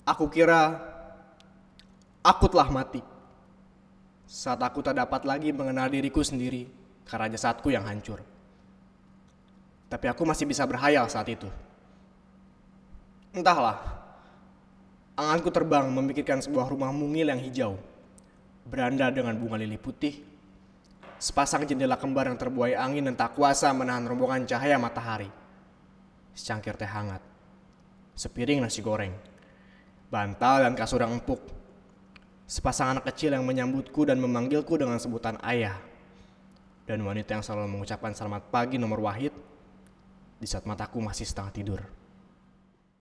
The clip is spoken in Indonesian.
Aku kira aku telah mati saat aku tak dapat lagi mengenal diriku sendiri karena jasadku yang hancur. Tapi aku masih bisa berhayal saat itu. Entahlah, anganku terbang memikirkan sebuah rumah mungil yang hijau, beranda dengan bunga lili putih, sepasang jendela kembar yang terbuai angin dan tak kuasa menahan rombongan cahaya matahari, secangkir teh hangat, sepiring nasi goreng, bantal dan kasur yang empuk, sepasang anak kecil yang menyambutku dan memanggilku dengan sebutan ayah, dan wanita yang selalu mengucapkan selamat pagi nomor wahid di saat mataku masih setengah tidur.